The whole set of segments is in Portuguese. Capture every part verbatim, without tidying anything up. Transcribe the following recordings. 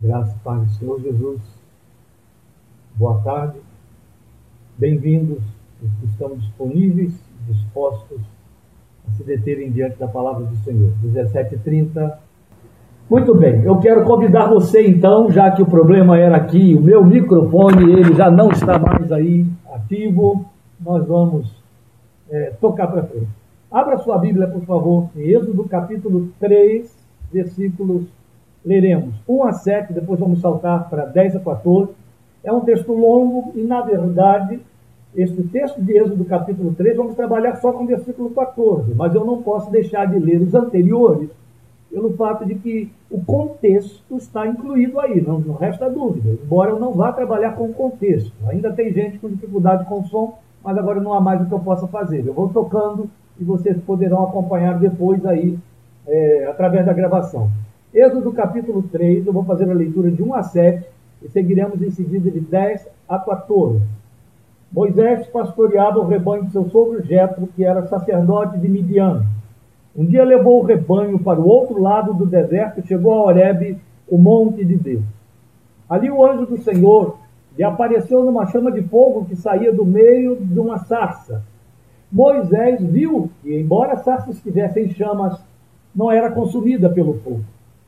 Graças e paz do Senhor Jesus. Boa tarde. Bem-vindos os que estão disponíveis, dispostos a se deterem diante da palavra do Senhor. dezessete e trinta. Muito bem, eu quero convidar você então, já que o problema era aqui, o meu microfone, ele já não está mais aí ativo, nós vamos é, tocar para frente. Abra sua Bíblia, por favor, em Êxodo capítulo três, versículos, leremos um a sete, depois vamos saltar para dez a quatorze. É um texto longo e, na verdade, este texto de Êxodo capítulo três, vamos trabalhar só com o versículo quatorze, mas eu não posso deixar de ler os anteriores, pelo fato de que o contexto está incluído aí, não, não resta dúvida, embora eu não vá trabalhar com o contexto. Ainda tem gente com dificuldade com o som, mas agora não há mais o que eu possa fazer. Eu vou tocando e vocês poderão acompanhar depois aí, é, através da gravação. Êxodo capítulo três, eu vou fazer a leitura de um a sete e seguiremos em seguida de dez a quatorze. Moisés pastoreava o rebanho de seu sogro Jetro, que era sacerdote de Midian. Um dia levou o rebanho para o outro lado do deserto e chegou a Horebe, o monte de Deus. Ali o anjo do Senhor lhe apareceu numa chama de fogo que saía do meio de uma sarça. Moisés viu que, embora a sarça estivesse em chamas, não era consumida pelo fogo.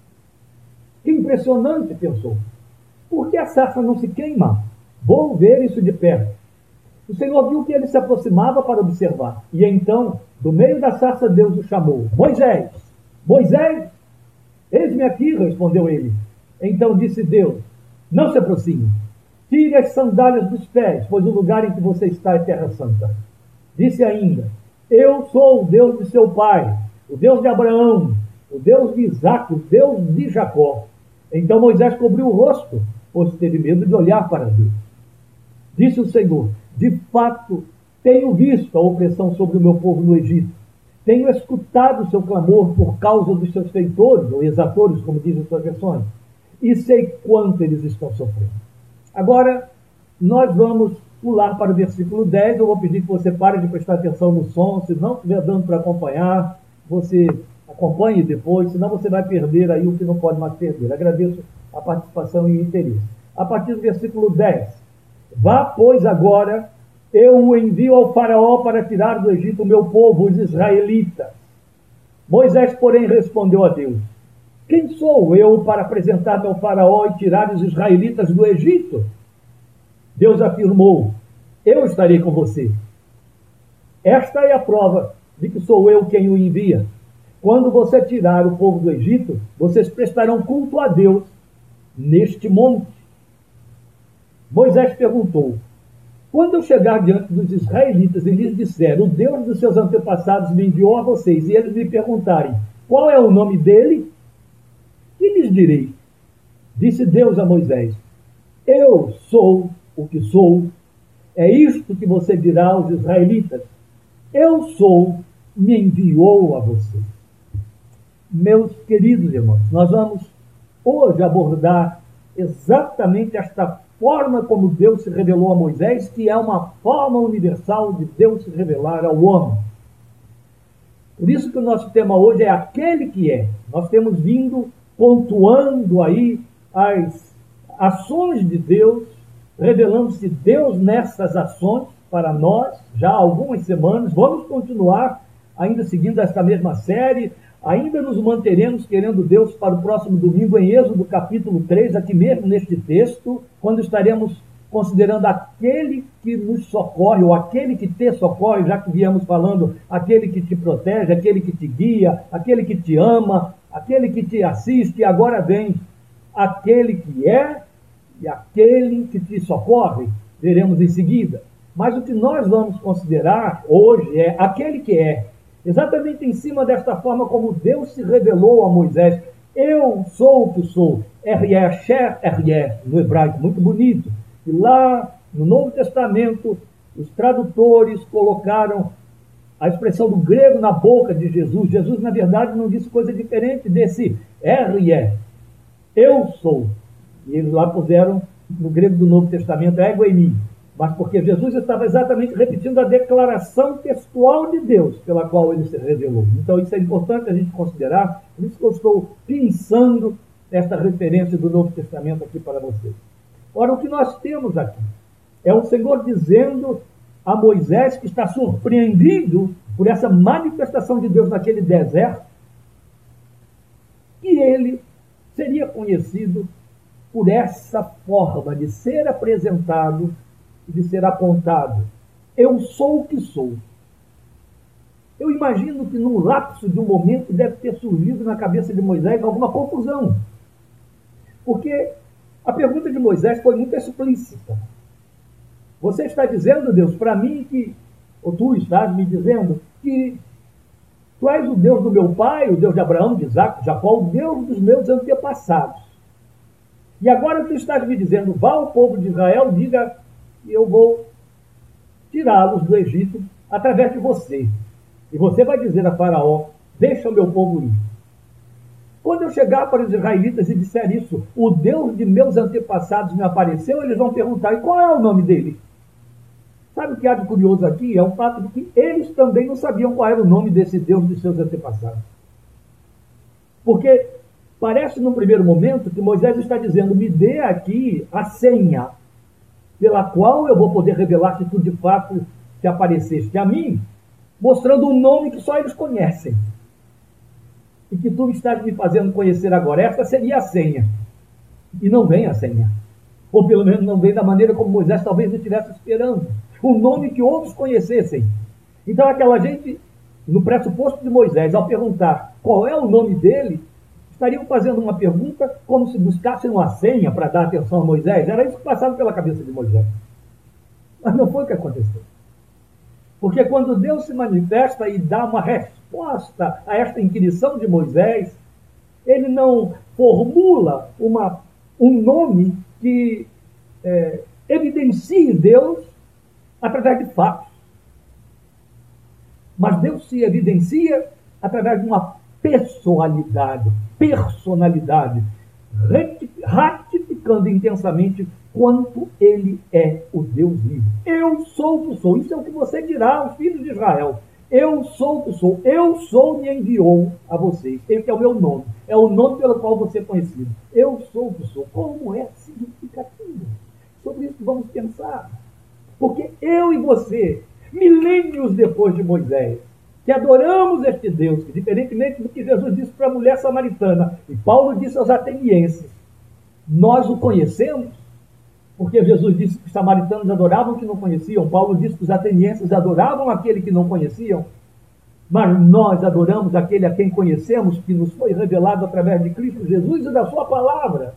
Que impressionante, pensou. Por que a sarça não se queima? Vou ver isso de perto. O Senhor viu que ele se aproximava para observar. E então, do meio da sarça, Deus o chamou. Moisés! Moisés! Eis-me aqui, respondeu ele. Então disse Deus, não se aproxime. Tire as sandálias dos pés, pois o lugar em que você está é terra santa. Disse ainda, eu sou o Deus de seu pai, o Deus de Abraão, o Deus de Isaque, o Deus de Jacó. Então Moisés cobriu o rosto, pois teve medo de olhar para Deus. Disse o Senhor, de fato, tenho visto a opressão sobre o meu povo no Egito. Tenho escutado o seu clamor por causa dos seus feitores, ou exatores, como dizem suas versões, e sei quanto eles estão sofrendo. Agora, nós vamos pular para o versículo dez. Eu vou pedir que você pare de prestar atenção no som. Se não estiver dando para acompanhar, você acompanhe depois, senão você vai perder aí o que não pode mais perder. Agradeço a participação e o interesse. A partir do versículo dez. Vá, pois, agora, eu o envio ao faraó para tirar do Egito o meu povo, os israelitas. Moisés, porém, respondeu a Deus, quem sou eu para apresentar-me ao faraó e tirar os israelitas do Egito? Deus afirmou, eu estarei com você. Esta é a prova de que sou eu quem o envia. Quando você tirar o povo do Egito, vocês prestarão culto a Deus neste monte. Moisés perguntou, quando eu chegar diante dos israelitas e lhes disser, o Deus dos seus antepassados me enviou a vocês, e eles me perguntarem, qual é o nome dele? Que lhes direi? Disse Deus a Moisés, eu sou o que sou. É isto que você dirá aos israelitas, eu sou, me enviou a vocês. Meus queridos irmãos, nós vamos hoje abordar exatamente esta forma como Deus se revelou a Moisés, que é uma forma universal de Deus se revelar ao homem. Por isso que o nosso tema hoje é aquele que é. Nós temos vindo pontuando aí as ações de Deus, revelando-se Deus nessas ações para nós, já há algumas semanas. Vamos continuar ainda seguindo esta mesma série. Ainda nos manteremos querendo Deus para o próximo domingo em Êxodo capítulo três, aqui mesmo neste texto, quando estaremos considerando aquele que nos socorre, ou aquele que te socorre, já que viemos falando, aquele que te protege, aquele que te guia, aquele que te ama, aquele que te assiste, e agora vem aquele que é e aquele que te socorre, veremos em seguida. Mas o que nós vamos considerar hoje é aquele que é, exatamente em cima desta forma como Deus se revelou a Moisés. Eu sou o que sou. R-E, Sher, R-E, no hebraico, muito bonito. E lá no Novo Testamento, os tradutores colocaram a expressão do grego na boca de Jesus. Jesus, na verdade, não disse coisa diferente desse R-E. Eu sou. E eles lá puseram no grego do Novo Testamento, ego em mim. Mas porque Jesus estava exatamente repetindo a declaração textual de Deus, pela qual ele se revelou. Então isso é importante a gente considerar, por isso que eu estou pensando esta referência do Novo Testamento aqui para vocês. Ora, o que nós temos aqui é o Senhor dizendo a Moisés, que está surpreendido por essa manifestação de Deus naquele deserto, que ele seria conhecido por essa forma de ser apresentado e de ser apontado. Eu sou o que sou. Eu imagino que num lapso de um momento deve ter surgido na cabeça de Moisés alguma confusão. Porque a pergunta de Moisés foi muito explícita. Você está dizendo, Deus, para mim que, ou tu estás me dizendo, que tu és o Deus do meu pai, o Deus de Abraão, de Isaac, de Jacó, o Deus dos meus antepassados. E agora tu estás me dizendo, vá ao povo de Israel, diga que eu vou tirá-los do Egito através de você. E você vai dizer a Faraó, deixa o meu povo ir. Quando eu chegar para os israelitas e disser isso, o Deus de meus antepassados me apareceu, eles vão perguntar, e qual é o nome dele? Sabe o que há de curioso aqui? É o fato de que eles também não sabiam qual era o nome desse Deus de seus antepassados. Porque parece, num primeiro momento, que Moisés está dizendo, me dê aqui a senha pela qual eu vou poder revelar se tu de fato te apareceste a mim, mostrando um nome que só eles conhecem. E que tu estás me fazendo conhecer agora. Essa seria a senha. E não vem a senha. Ou pelo menos não vem da maneira como Moisés talvez estivesse esperando. Um nome que outros conhecessem. Então aquela gente, no pressuposto de Moisés, ao perguntar qual é o nome dele, estariam fazendo uma pergunta como se buscassem uma senha para dar atenção a Moisés. Era isso que passava pela cabeça de Moisés. Mas não foi o que aconteceu. Porque quando Deus se manifesta e dá uma resposta a esta inquirição de Moisés, ele não formula uma, um nome que é, evidencie Deus através de fatos. Mas Deus se evidencia através de uma pessoalidade, personalidade, ratificando intensamente quanto ele é o Deus vivo. Eu sou o que sou. Isso é o que você dirá aos filhos de Israel. Eu sou o que sou. Eu sou me enviou a vocês. Esse é o meu nome. É o nome pelo qual você é conhecido. Eu sou o que sou. Como é significativo? Sobre isso vamos pensar. Porque eu e você, milênios depois de Moisés, que adoramos este Deus, que diferentemente do que Jesus disse para a mulher samaritana, e Paulo disse aos atenienses, nós o conhecemos, porque Jesus disse que os samaritanos adoravam o que não conheciam, Paulo disse que os atenienses adoravam aquele que não conheciam, mas nós adoramos aquele a quem conhecemos, que nos foi revelado através de Cristo Jesus e da sua palavra.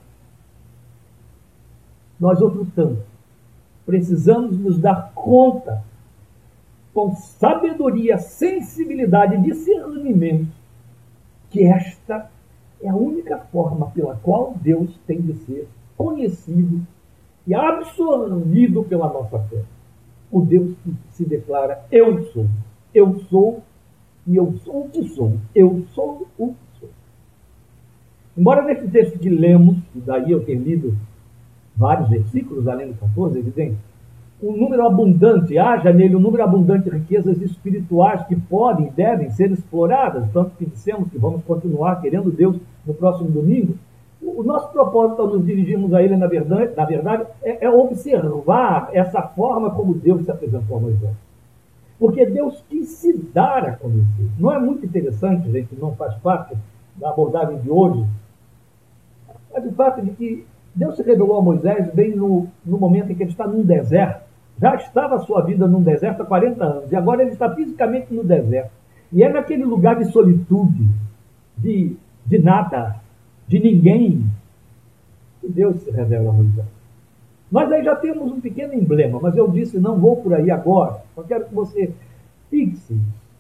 Nós, outro tanto, precisamos nos dar conta, com sabedoria, sensibilidade e discernimento, que esta é a única forma pela qual Deus tem de ser conhecido e absorvido pela nossa fé. O Deus que se declara, eu sou, eu sou, e eu sou o que sou, eu sou o que sou. Embora nesse texto que lemos, e daí eu ter lido vários versículos, além do catorze, evidente, um número abundante, haja nele um número abundante de riquezas espirituais que podem e devem ser exploradas, tanto que dissemos que vamos continuar querendo Deus no próximo domingo. O nosso propósito ao nos dirigirmos a ele, na verdade, na verdade é, é observar essa forma como Deus se apresentou a Moisés. Porque Deus quis se dar a conhecer. Não é muito interessante, gente, não faz parte da abordagem de hoje, mas o fato de que Deus se revelou a Moisés bem no, no momento em que ele está num deserto. Já estava a sua vida num deserto há quarenta anos, e agora ele está fisicamente no deserto. E é naquele lugar de solitude, de, de nada, de ninguém, que Deus se revela a Moisés. Nós aí já temos um pequeno emblema, mas eu disse, não vou por aí agora, só quero que você fixe.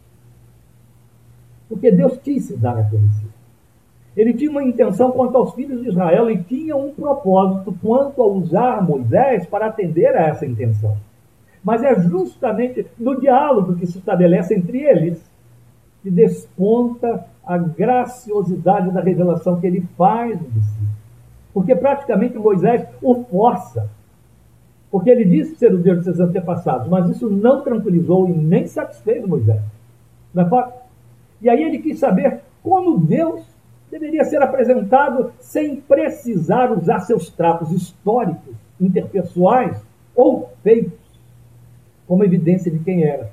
Porque Deus quis se dar a conhecer. Ele tinha uma intenção quanto aos filhos de Israel e tinha um propósito quanto a usar Moisés para atender a essa intenção. Mas é justamente no diálogo que se estabelece entre eles que desponta a graciosidade da revelação que ele faz de si. Porque praticamente Moisés o força. Porque ele disse ser o Deus de seus antepassados, mas isso não tranquilizou e nem satisfez Moisés. Não é fato? E aí ele quis saber como Deus deveria ser apresentado sem precisar usar seus trapos históricos, interpessoais ou feitos como evidência de quem era.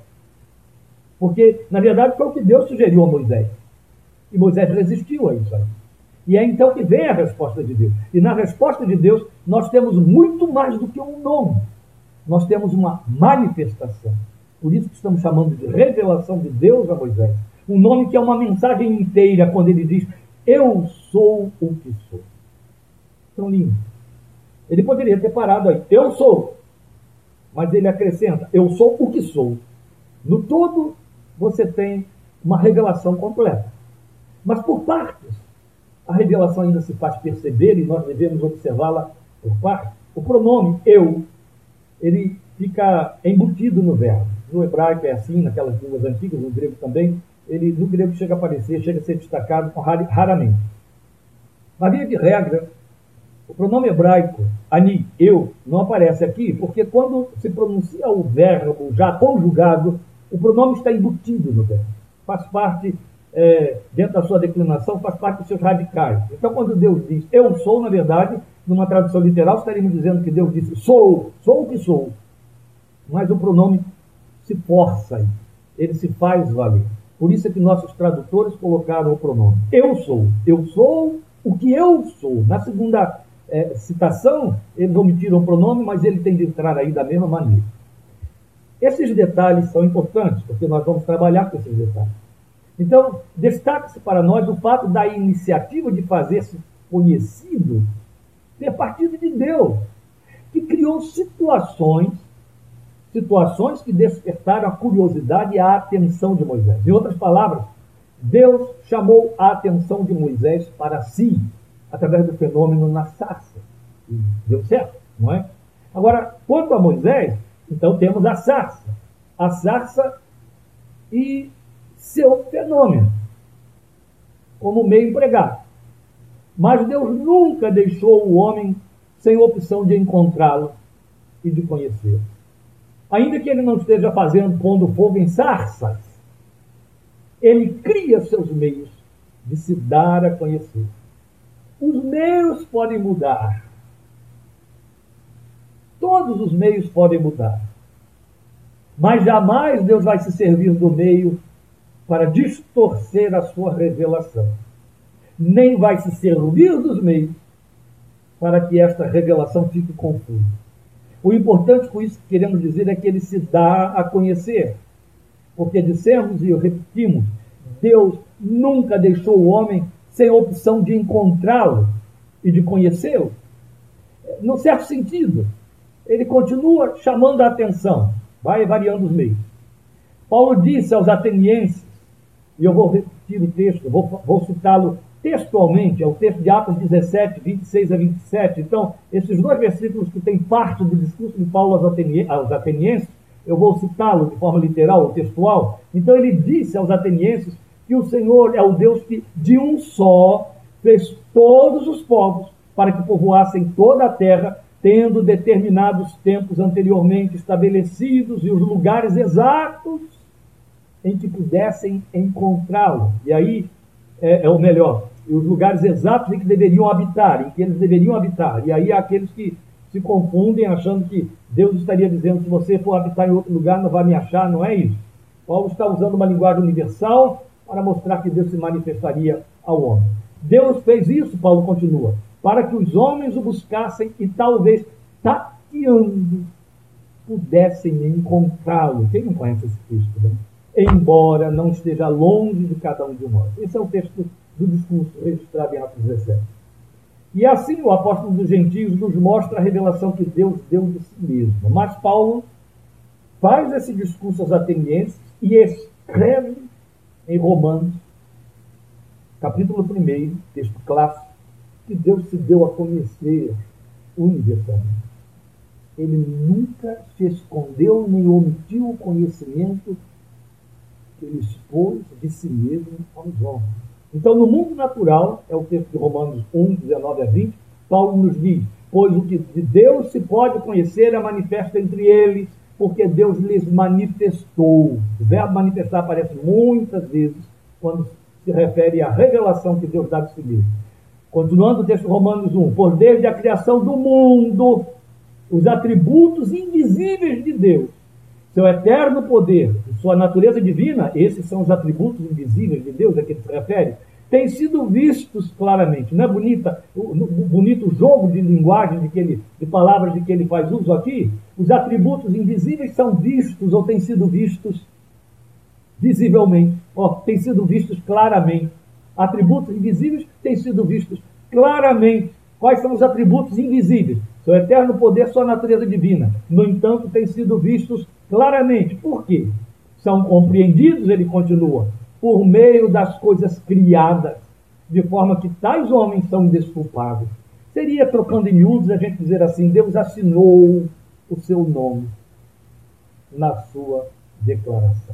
Porque, na verdade, foi o que Deus sugeriu a Moisés. E Moisés resistiu a isso aí. E é então que vem a resposta de Deus. E na resposta de Deus, nós temos muito mais do que um nome. Nós temos uma manifestação. Por isso que estamos chamando de revelação de Deus a Moisés. Um nome que é uma mensagem inteira, quando ele diz: eu sou o que sou. Tão lindo. Ele poderia ter parado aí: eu sou. Mas ele acrescenta: eu sou o que sou. No todo, você tem uma revelação completa. Mas por partes. A revelação ainda se faz perceber e nós devemos observá-la por partes. O pronome eu, ele fica embutido no verbo. No hebraico é assim, naquelas línguas antigas, no grego também. Ele, no grego chega a aparecer, chega a ser destacado raramente. Na via de regra, o pronome hebraico, ani, eu, não aparece aqui, porque quando se pronuncia o verbo já conjugado, o pronome está embutido no verbo. Faz parte, é, dentro da sua declinação, faz parte dos seus radicais. Então, quando Deus diz eu sou, na verdade, numa tradução literal, estaríamos dizendo que Deus disse sou, sou o que sou. Mas o pronome se força aí, ele se faz valer. Por isso é que nossos tradutores colocaram o pronome eu sou. Eu sou o que eu sou. Na segunda é, citação, eles omitiram o pronome, mas ele tem de entrar aí da mesma maneira. Esses detalhes são importantes, porque nós vamos trabalhar com esses detalhes. Então, destaca-se para nós o fato da iniciativa de fazer-se conhecido ter partido de Deus, que criou situações situações que despertaram a curiosidade e a atenção de Moisés. Em outras palavras, Deus chamou a atenção de Moisés para si, através do fenômeno na sarça. E deu certo, não é? Agora, quanto a Moisés, então temos a sarça. A sarça e seu fenômeno, como meio empregado. Mas Deus nunca deixou o homem sem opção de encontrá-lo e de conhecê-lo. Ainda que ele não esteja fazendo, pondo fogo em sarças, ele cria seus meios de se dar a conhecer. Os meios podem mudar. Todos os meios podem mudar. Mas jamais Deus vai se servir do meio para distorcer a sua revelação. Nem vai se servir dos meios para que esta revelação fique confusa. O importante com isso que queremos dizer é que ele se dá a conhecer. Porque dissemos e repetimos, Deus nunca deixou o homem sem opção de encontrá-lo e de conhecê-lo. No certo sentido, ele continua chamando a atenção, vai variando os meios. Paulo disse aos atenienses, e eu vou repetir o texto, vou, vou citá-lo textualmente, é o texto de Atos dezessete, vinte e seis a vinte e sete. Então, esses dois versículos que têm parte do discurso de Paulo aos, atenie, aos atenienses, eu vou citá-lo de forma literal ou textual. Então, ele disse aos atenienses que o Senhor é o Deus que, de um só, fez todos os povos para que povoassem toda a terra, tendo determinados tempos anteriormente estabelecidos e os lugares exatos em que pudessem encontrá-lo. E aí, é, é o melhor, os lugares exatos em que deveriam habitar, em que eles deveriam habitar. E aí há aqueles que se confundem achando que Deus estaria dizendo, se você for habitar em outro lugar, não vai me achar. Não é isso. Paulo está usando uma linguagem universal para mostrar que Deus se manifestaria ao homem. Deus fez isso, Paulo continua, para que os homens o buscassem e talvez, tateando, pudessem encontrá-lo. Quem não conhece esse texto, né? Embora não esteja longe de cada um de nós. Esse é o texto do discurso registrado em Atos dezessete. E assim o apóstolo dos gentios nos mostra a revelação que Deus deu de si mesmo. Mas Paulo faz esse discurso aos atenienses e escreve em Romanos, capítulo primeiro, texto clássico, que Deus se deu a conhecer universalmente. Ele nunca se escondeu nem omitiu o conhecimento que ele expôs de si mesmo aos homens. Então, no mundo natural, é o texto de Romanos um, dezenove a vinte, Paulo nos diz, pois o que de Deus se pode conhecer é manifesto entre eles, porque Deus lhes manifestou. O verbo manifestar aparece muitas vezes quando se refere à revelação que Deus dá de si mesmo. Continuando o texto de Romanos um, por desde a criação do mundo, os atributos invisíveis de Deus, seu eterno poder, sua natureza divina, esses são os atributos invisíveis de Deus a que ele se refere, têm sido vistos claramente. Não é bonita, bonito o jogo de linguagem, de, que ele, de palavras de que ele faz uso aqui? Os atributos invisíveis são vistos ou têm sido vistos visivelmente, ó, têm sido vistos claramente. Atributos invisíveis têm sido vistos claramente. Quais são os atributos invisíveis? Seu eterno poder, sua natureza divina. No entanto, têm sido vistos claramente. Por quê? São compreendidos, ele continua, por meio das coisas criadas, de forma que tais homens são indesculpáveis. Seria, trocando em miúdos, a gente dizer assim, Deus assinou o seu nome na sua declaração.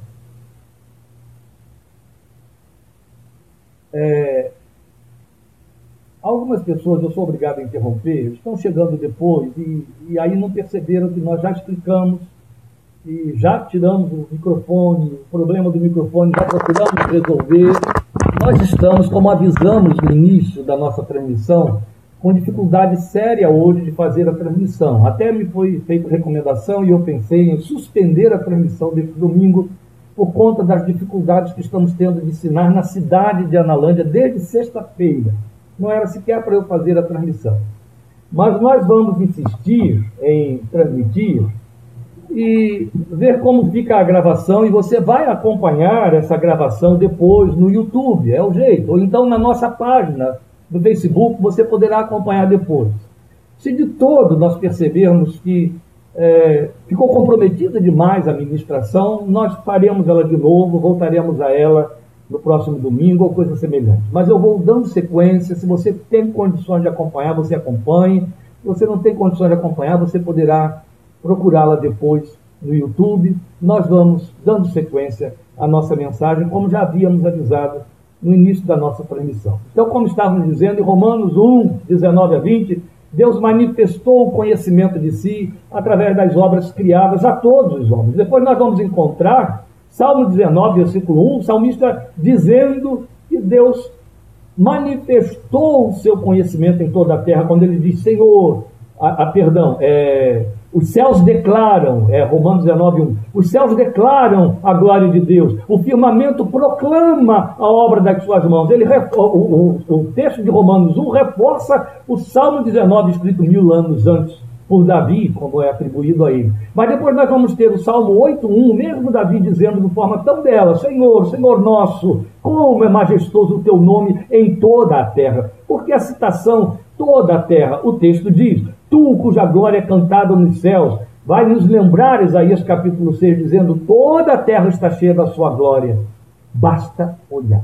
É, algumas pessoas, eu sou obrigado a interromper, estão chegando depois e, e aí não perceberam que nós já explicamos e já tiramos o microfone, o problema do microfone, já procuramos resolver. Nós estamos, como avisamos no início da nossa transmissão, com dificuldade séria hoje de fazer a transmissão. Até me foi feita recomendação e eu pensei em suspender a transmissão deste domingo por conta das dificuldades que estamos tendo de ensinar na cidade de Analândia desde sexta-feira. Não era sequer para eu fazer a transmissão. Mas nós vamos insistir em transmitir e ver como fica a gravação, e você vai acompanhar essa gravação depois no YouTube, é o jeito. Ou então na nossa página do Facebook você poderá acompanhar depois. Se de todo nós percebermos que É, ficou comprometida demais a ministração, nós faremos ela de novo, voltaremos a ela no próximo domingo ou coisa semelhante. Mas eu vou dando sequência. Se você tem condições de acompanhar, você acompanhe. Se você não tem condições de acompanhar, você poderá procurá-la depois no YouTube. Nós vamos dando sequência à nossa mensagem, como já havíamos avisado no início da nossa transmissão. Então, como estávamos dizendo, em Romanos um, dezenove a vinte, Deus manifestou o conhecimento de si através das obras criadas a todos os homens. Depois nós vamos encontrar Salmo dezenove, versículo um, o salmista dizendo que Deus manifestou o seu conhecimento em toda a terra, quando ele diz, Senhor, a, a, perdão, é, os céus declaram, é, Romanos dezenove, um, os céus declaram a glória de Deus, o firmamento proclama a obra das suas mãos. Ele, o, o, o texto de Romanos um reforça o Salmo dezenove, escrito mil anos antes por Davi, como é atribuído a ele. Mas depois nós vamos ter o Salmo oito, um, mesmo Davi dizendo de forma tão bela, Senhor, Senhor nosso, como é majestoso o teu nome em toda a terra. Porque a citação, toda a terra, o texto diz, tu cuja glória é cantada nos céus, vai nos lembrar Isaías capítulo seis, dizendo, toda a terra está cheia da sua glória. Basta olhar.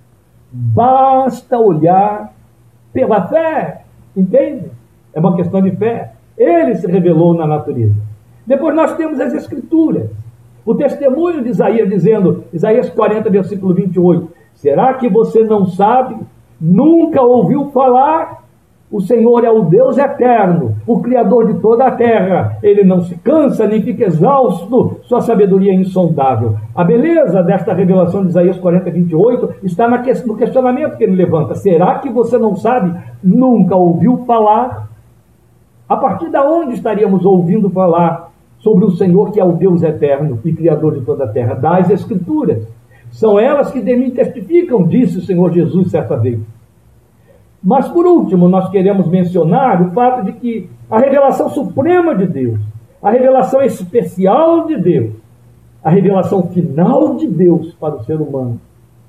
Basta olhar pela fé, entende? É uma questão de fé. Ele se revelou na natureza. Depois nós temos as Escrituras. O testemunho de Isaías dizendo, Isaías quarenta, versículo vinte e oito, será que você não sabe? Nunca ouviu falar? O Senhor é o Deus eterno, o Criador de toda a terra. Ele não se cansa, nem fica exausto, sua sabedoria é insondável. A beleza desta revelação de Isaías quarenta, vinte e oito está no questionamento que ele levanta. Será que você não sabe? Nunca ouviu falar? A partir de onde estaríamos ouvindo falar sobre o Senhor, que é o Deus eterno e Criador de toda a terra? Das Escrituras. São elas que de mim testificam, disse o Senhor Jesus certa vez. Mas, por último, nós queremos mencionar o fato de que a revelação suprema de Deus, a revelação especial de Deus, a revelação final de Deus para o ser humano,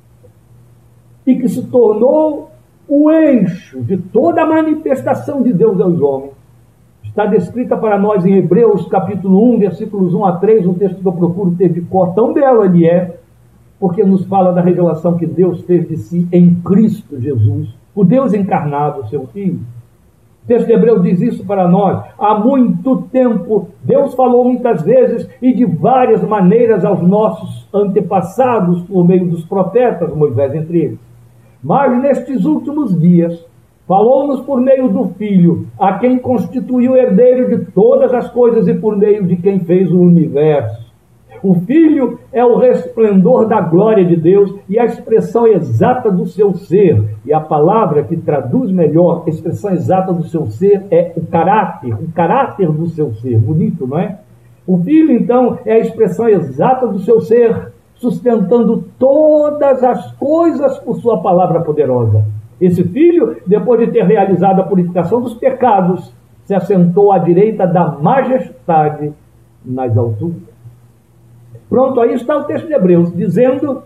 e que se tornou o eixo de toda a manifestação de Deus aos homens, está descrita para nós em Hebreus capítulo um, versículos um a três, um texto que eu procuro ter de cor, tão belo ele é, porque nos fala da revelação que Deus fez de si em Cristo Jesus, o Deus encarnado, seu Filho. O texto de Hebreus diz isso para nós. Há muito tempo, Deus falou muitas vezes e de várias maneiras aos nossos antepassados, por meio dos profetas, Moisés entre eles. Mas nestes últimos dias, falou-nos por meio do Filho, a quem constituiu herdeiro de todas as coisas e por meio de quem fez o universo. O Filho é o resplendor da glória de Deus e a expressão exata do seu ser. E a palavra que traduz melhor a expressão exata do seu ser é o caráter, o caráter do seu ser. Bonito, não é? O Filho, então, é a expressão exata do seu ser, sustentando todas as coisas por sua palavra poderosa. Esse Filho, depois de ter realizado a purificação dos pecados, se assentou à direita da majestade nas alturas. Pronto, aí está o texto de Hebreus, dizendo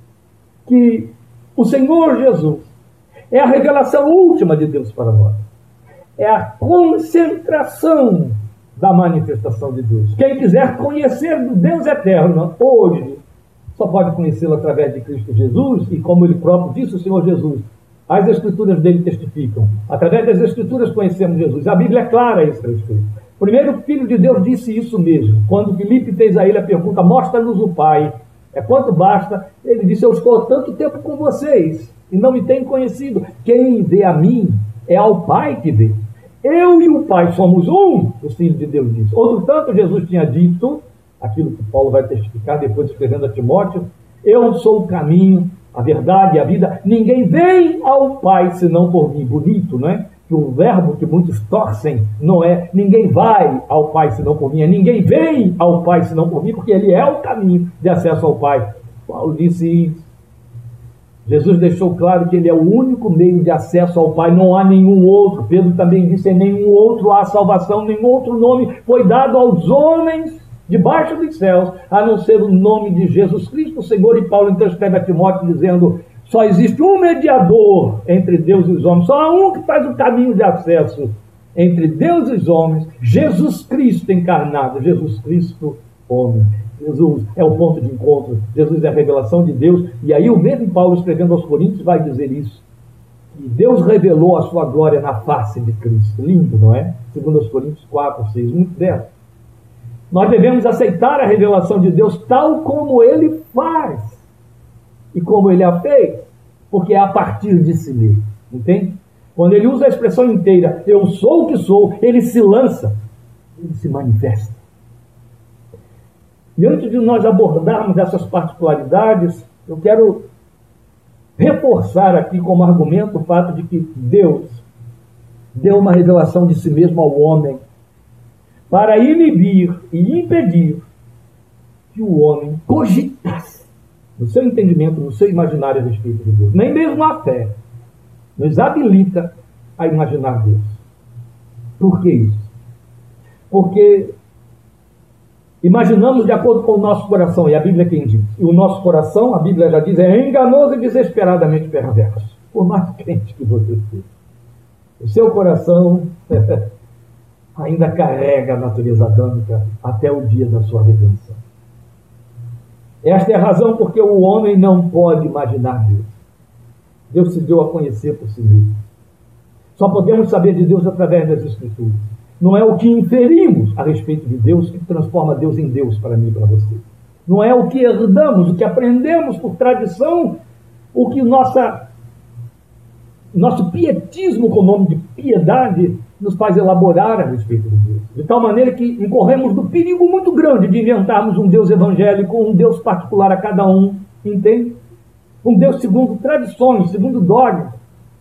que o Senhor Jesus é a revelação última de Deus para nós. É a concentração da manifestação de Deus. Quem quiser conhecer o Deus eterno hoje, só pode conhecê-lo através de Cristo Jesus, e como ele próprio disse, o Senhor Jesus, as Escrituras dele testificam. Através das Escrituras conhecemos Jesus. A Bíblia é clara a esse respeito. O primeiro Filho de Deus disse isso mesmo. Quando Filipe fez a ele a pergunta, mostra-nos o Pai. É quanto basta? Ele disse, eu estou há tanto tempo com vocês e não me têm conhecido. Quem vê a mim é ao Pai que vê. Eu e o Pai somos um, o Filho de Deus disse. Outro tanto, Jesus tinha dito, aquilo que Paulo vai testificar depois escrevendo a Timóteo, eu sou o caminho, a verdade e a vida. Ninguém vem ao Pai senão por mim. Bonito, não é? Que o verbo que muitos torcem não é ninguém vai ao Pai senão por mim, é ninguém vem ao Pai senão por mim, porque ele é o caminho de acesso ao Pai. Paulo disse isso. Jesus deixou claro que ele é o único meio de acesso ao Pai, não há nenhum outro. Pedro também disse, em nenhum outro há salvação, nenhum outro nome foi dado aos homens debaixo dos céus, a não ser o nome de Jesus Cristo, o Senhor. E Paulo então escreve a Timóteo dizendo, só existe um mediador entre Deus e os homens, só há um que faz o caminho de acesso entre Deus e os homens, Jesus Cristo encarnado, Jesus Cristo homem. Jesus é o ponto de encontro, Jesus é a revelação de Deus. E aí o mesmo Paulo escrevendo aos Coríntios vai dizer isso, que Deus revelou a sua glória na face de Cristo. Lindo, não é? Segundo aos Coríntios quatro, seis, muito belo. Nós devemos aceitar a revelação de Deus tal como ele faz e como ele a fez, porque é a partir de si mesmo, entende? Quando ele usa a expressão inteira, eu sou o que sou, ele se lança, ele se manifesta. E antes de nós abordarmos essas particularidades, eu quero reforçar aqui como argumento o fato de que Deus deu uma revelação de si mesmo ao homem para inibir e impedir que o homem cogitasse, no seu entendimento, no seu imaginário a respeito de Deus. Nem mesmo a fé nos habilita a imaginar Deus. Por que isso? Porque imaginamos de acordo com o nosso coração, e a Bíblia quem diz. E o nosso coração, a Bíblia já diz, é enganoso e desesperadamente perverso. Por mais crente que você seja. O seu coração ainda carrega a natureza adâmica até o dia da sua redenção. Esta é a razão porque o homem não pode imaginar Deus. Deus se deu a conhecer por si mesmo. Só podemos saber de Deus através das Escrituras. Não é o que inferimos a respeito de Deus que transforma Deus em Deus para mim e para você. Não é o que herdamos, o que aprendemos por tradição, o que nossa, nosso pietismo com o nome de piedade nos faz elaborar a respeito de Deus. De tal maneira que incorremos no perigo muito grande de inventarmos um Deus evangélico, um Deus particular a cada um, entende? Um Deus segundo tradições, segundo dogmas.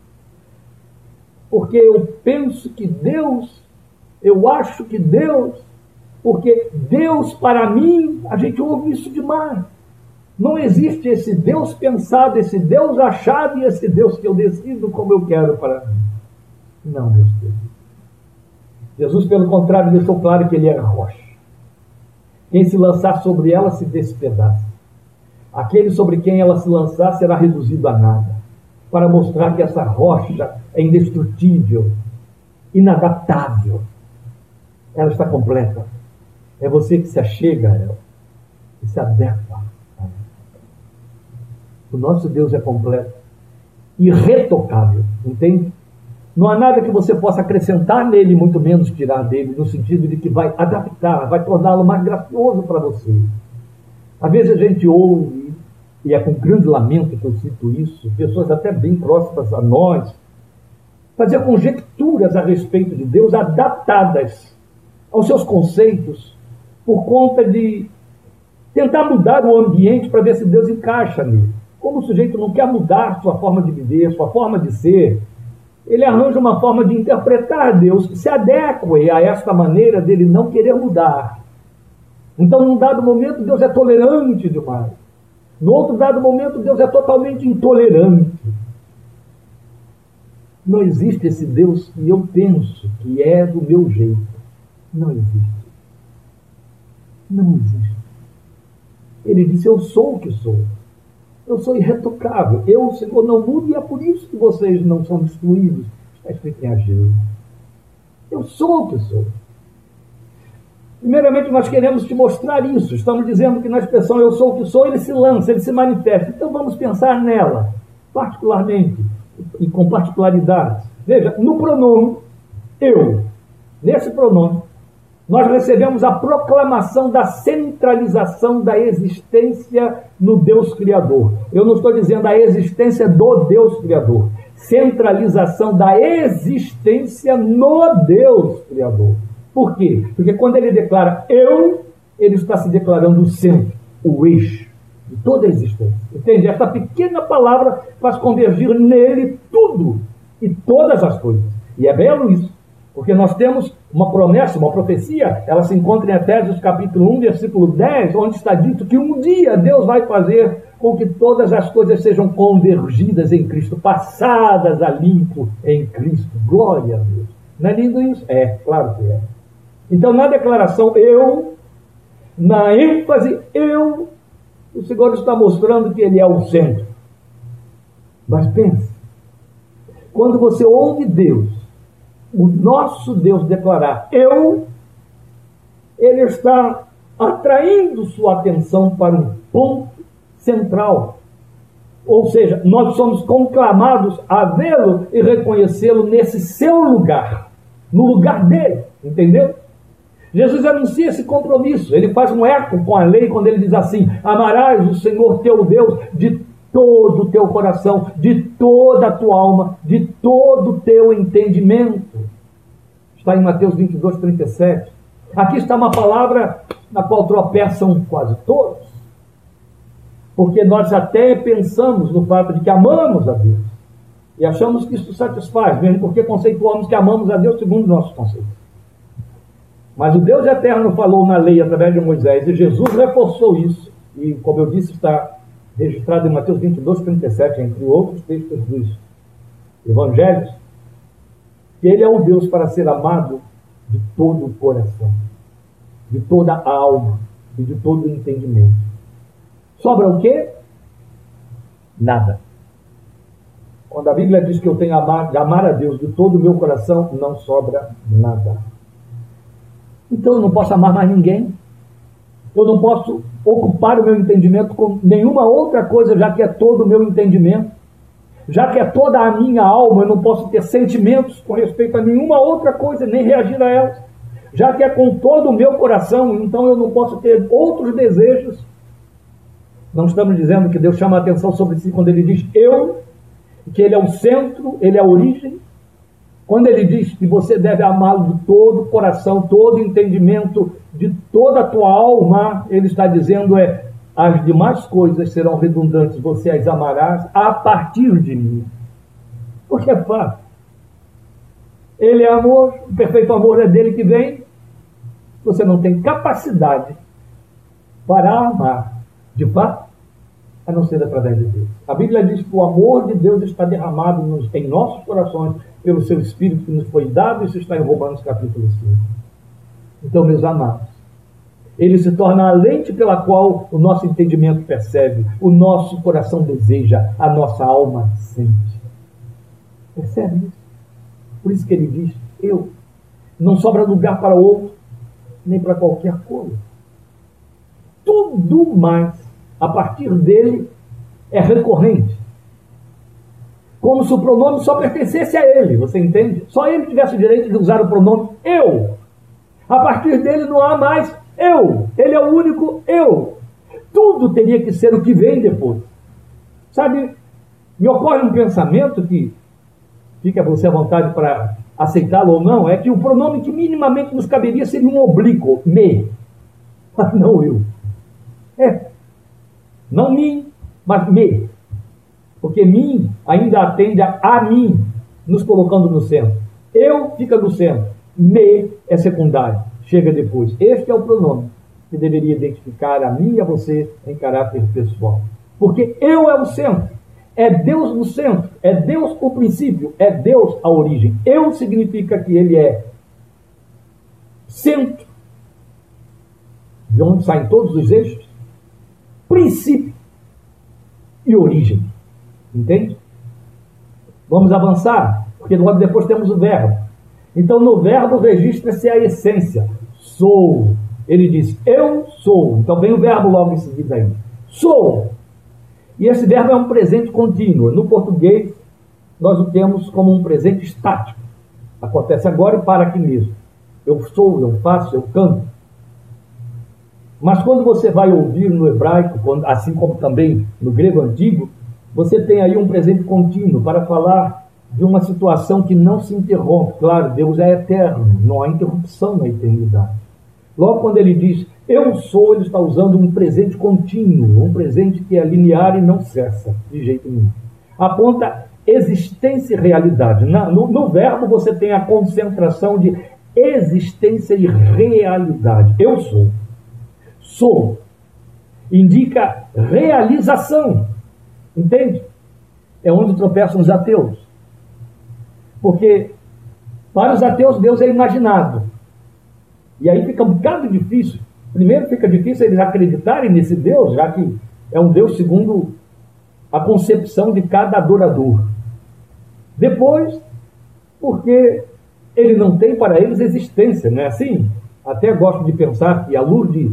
Porque eu penso que Deus, eu acho que Deus, porque Deus para mim, a gente ouve isso demais. Não existe esse Deus pensado, esse Deus achado e esse Deus que eu decido como eu quero para mim. Não, meus queridos. Jesus, pelo contrário, deixou claro que ele era rocha. Quem se lançar sobre ela se despedaça. Aquele sobre quem ela se lançar será reduzido a nada. Para mostrar que essa rocha é indestrutível, inadaptável. Ela está completa. É você que se achega a ela, que se adequa a ela. O nosso Deus é completo, irretocável, entende? Não há nada que você possa acrescentar nele, muito menos tirar dele, no sentido de que vai adaptar, vai torná-lo mais gracioso para você. Às vezes a gente ouve, e é com grande lamento que eu cito isso, pessoas até bem próximas a nós, fazer conjecturas a respeito de Deus adaptadas aos seus conceitos, por conta de tentar mudar o ambiente para ver se Deus encaixa nele. Como o sujeito não quer mudar sua forma de viver, sua forma de ser, ele arranja uma forma de interpretar Deus que se adeque a esta maneira dele não querer mudar. Então, num dado momento, Deus é tolerante demais. No outro dado momento, Deus é totalmente intolerante. Não existe esse Deus que eu penso que é do meu jeito. Não existe. Não existe. Ele disse, eu sou o que sou. Eu sou irretocável. Eu, o Senhor, não mudo e é por isso que vocês não são destruídos. Está escrito em Ageu. Eu sou o que sou. Primeiramente, nós queremos te mostrar isso. Estamos dizendo que na expressão eu sou o que sou, ele se lança, ele se manifesta. Então vamos pensar nela, particularmente, e com particularidades. Veja, no pronome eu, nesse pronome, nós recebemos a proclamação da centralização da existência no Deus Criador. Eu não estou dizendo a existência do Deus Criador. Centralização da existência no Deus Criador. Por quê? Porque quando ele declara eu, ele está se declarando o centro, o eixo de toda a existência. Entende? Esta pequena palavra faz convergir nele tudo e todas as coisas. E é belo isso, porque nós temos uma promessa, uma profecia, ela se encontra em Efésios capítulo um, versículo dez, onde está dito que um dia Deus vai fazer com que todas as coisas sejam convergidas em Cristo, passadas a limpo em Cristo. Glória a Deus. Não é lindo isso? É, claro que é. Então, na declaração eu, na ênfase eu, o Senhor está mostrando que ele é o centro. Mas pense, quando você ouve Deus, o nosso Deus declarar eu, ele está atraindo sua atenção para um ponto central. Ou seja, nós somos conclamados a vê-lo e reconhecê-lo nesse seu lugar, no lugar dele, entendeu? Jesus anuncia esse compromisso, ele faz um eco com a lei quando ele diz assim, amarás o Senhor teu Deus de todo o teu coração, de toda a tua alma, de todo o teu entendimento. Está em Mateus vinte e dois, trinta e sete. Aqui está uma palavra na qual tropeçam quase todos, porque nós até pensamos no fato de que amamos a Deus, e achamos que isso satisfaz, mesmo porque conceituamos que amamos a Deus segundo nossos conceitos. Mas o Deus eterno falou na lei através de Moisés, e Jesus reforçou isso, e como eu disse, está registrado em Mateus vinte e dois, trinta e sete, entre outros textos dos evangelhos, que ele é o Deus para ser amado de todo o coração, de toda a alma e de todo o entendimento. Sobra o quê? Nada. Quando a Bíblia diz que eu tenho amar, de amar a Deus de todo o meu coração, não sobra nada. Então eu não posso amar mais ninguém. Eu não posso ocupar o meu entendimento com nenhuma outra coisa, já que é todo o meu entendimento. Já que é toda a minha alma, eu não posso ter sentimentos com respeito a nenhuma outra coisa, nem reagir a elas. Já que é com todo o meu coração, então eu não posso ter outros desejos. Não estamos dizendo que Deus chama a atenção sobre si quando ele diz eu, que ele é o centro, ele é a origem. Quando ele diz que você deve amá-lo de todo o coração, todo o entendimento, de toda a tua alma, ele está dizendo é, as demais coisas serão redundantes, você as amarás a partir de mim. Porque é fácil. Ele é amor, o perfeito amor é dele que vem. Você não tem capacidade para amar, de fato, a não ser através de Deus. A Bíblia diz que o amor de Deus está derramado nos, em nossos corações pelo seu Espírito que nos foi dado, isso está em Romanos capítulo cinco. Então, meus amados, ele se torna a lente pela qual o nosso entendimento percebe, o nosso coração deseja, a nossa alma sente. Percebe isso? Por isso que ele diz, eu. Não sobra lugar para outro, nem para qualquer coisa. Tudo mais, a partir dele, é recorrente. Como se o pronome só pertencesse a ele, você entende? Só ele tivesse o direito de usar o pronome eu. A partir dele não há mais eu. Ele é o único eu. Tudo teria que ser o que vem depois. Sabe, me ocorre um pensamento que fica você à vontade para aceitá-lo ou não, é que o pronome que minimamente nos caberia seria um oblíquo, me, mas não eu. É. Não mim, mas me. Porque mim ainda atende a, a mim, nos colocando no centro. Eu fica no centro. Me é secundário. Chega depois. Este é o pronome que deveria identificar a mim e a você em caráter pessoal. Porque eu é o centro. É Deus no centro. É Deus o princípio. É Deus a origem. Eu significa que ele é centro, de onde saem todos os eixos, princípio e origem. Entende? Vamos avançar, porque logo depois temos o verbo. Então, no verbo registra-se a essência. Sou. Ele diz, eu sou. Então, vem o verbo logo em seguida aí. Sou. E esse verbo é um presente contínuo. No português, nós o temos como um presente estático. Acontece agora e para aqui mesmo. Eu sou, eu faço, eu canto. Mas quando você vai ouvir no hebraico, assim como também no grego antigo, você tem aí um presente contínuo para falar de uma situação que não se interrompe. Claro, Deus é eterno, não há interrupção na eternidade. Logo quando ele diz, eu sou, ele está usando um presente contínuo, um presente que é linear e não cessa, de jeito nenhum. Aponta existência e realidade. Na, no, no verbo você tem a concentração de existência e realidade. Eu sou. Sou. Indica realização. Entende? É onde tropeçam os ateus. Porque para os ateus Deus é imaginado. E aí fica um bocado difícil. Primeiro fica difícil eles acreditarem nesse Deus, já que é um Deus segundo a concepção de cada adorador. Depois, porque ele não tem para eles existência, não é assim? Até gosto de pensar que, à luz de